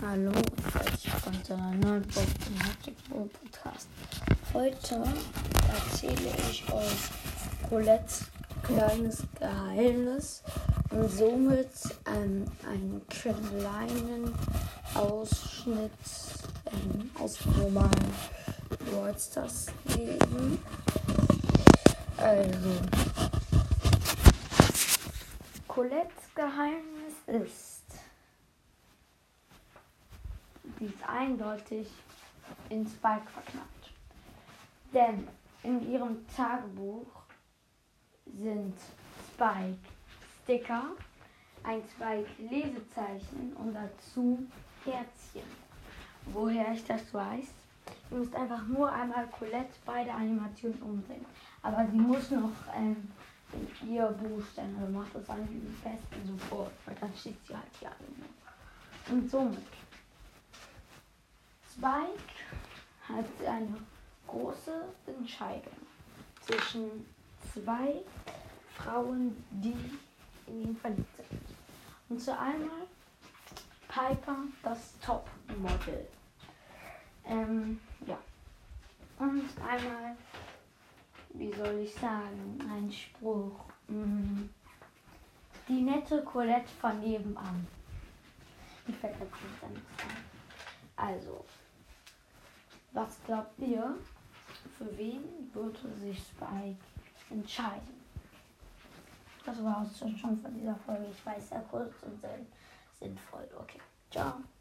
Hallo und herzlich willkommen zu einer neuen Folge vom Haptic Ball Podcast. Heute erzähle ich euch Colettes kleines Geheimnis und somit einen kleinen Ausschnitt aus dem normalen Brawl Stars Leben. Also, Colettes Geheimnis ist, die ist eindeutig in Spike verknappt. Denn in ihrem Tagebuch sind Spike Sticker, ein Spike Lesezeichen und dazu Herzchen. Woher ich das weiß? Ihr müsst einfach nur einmal Colette beide Animationen umsehen. Aber sie muss noch ihr Buchstaben, also macht das eigentlich am besten sofort, weil dann steht sie halt hier alle. Und somit Spike hat eine große Entscheidung zwischen zwei Frauen, die in ihn verliebt sind. Und zu einmal Piper, das Topmodel. Ja. Und einmal, wie soll ich sagen, ein Spruch. Die nette Colette von nebenan. Ich fällt jetzt nichts anderes ein. Also, was glaubt ihr, für wen würde sich Spike entscheiden? Das war es schon von dieser Folge. Ich weiß, sehr kurz und sehr sinnvoll. Okay, ciao.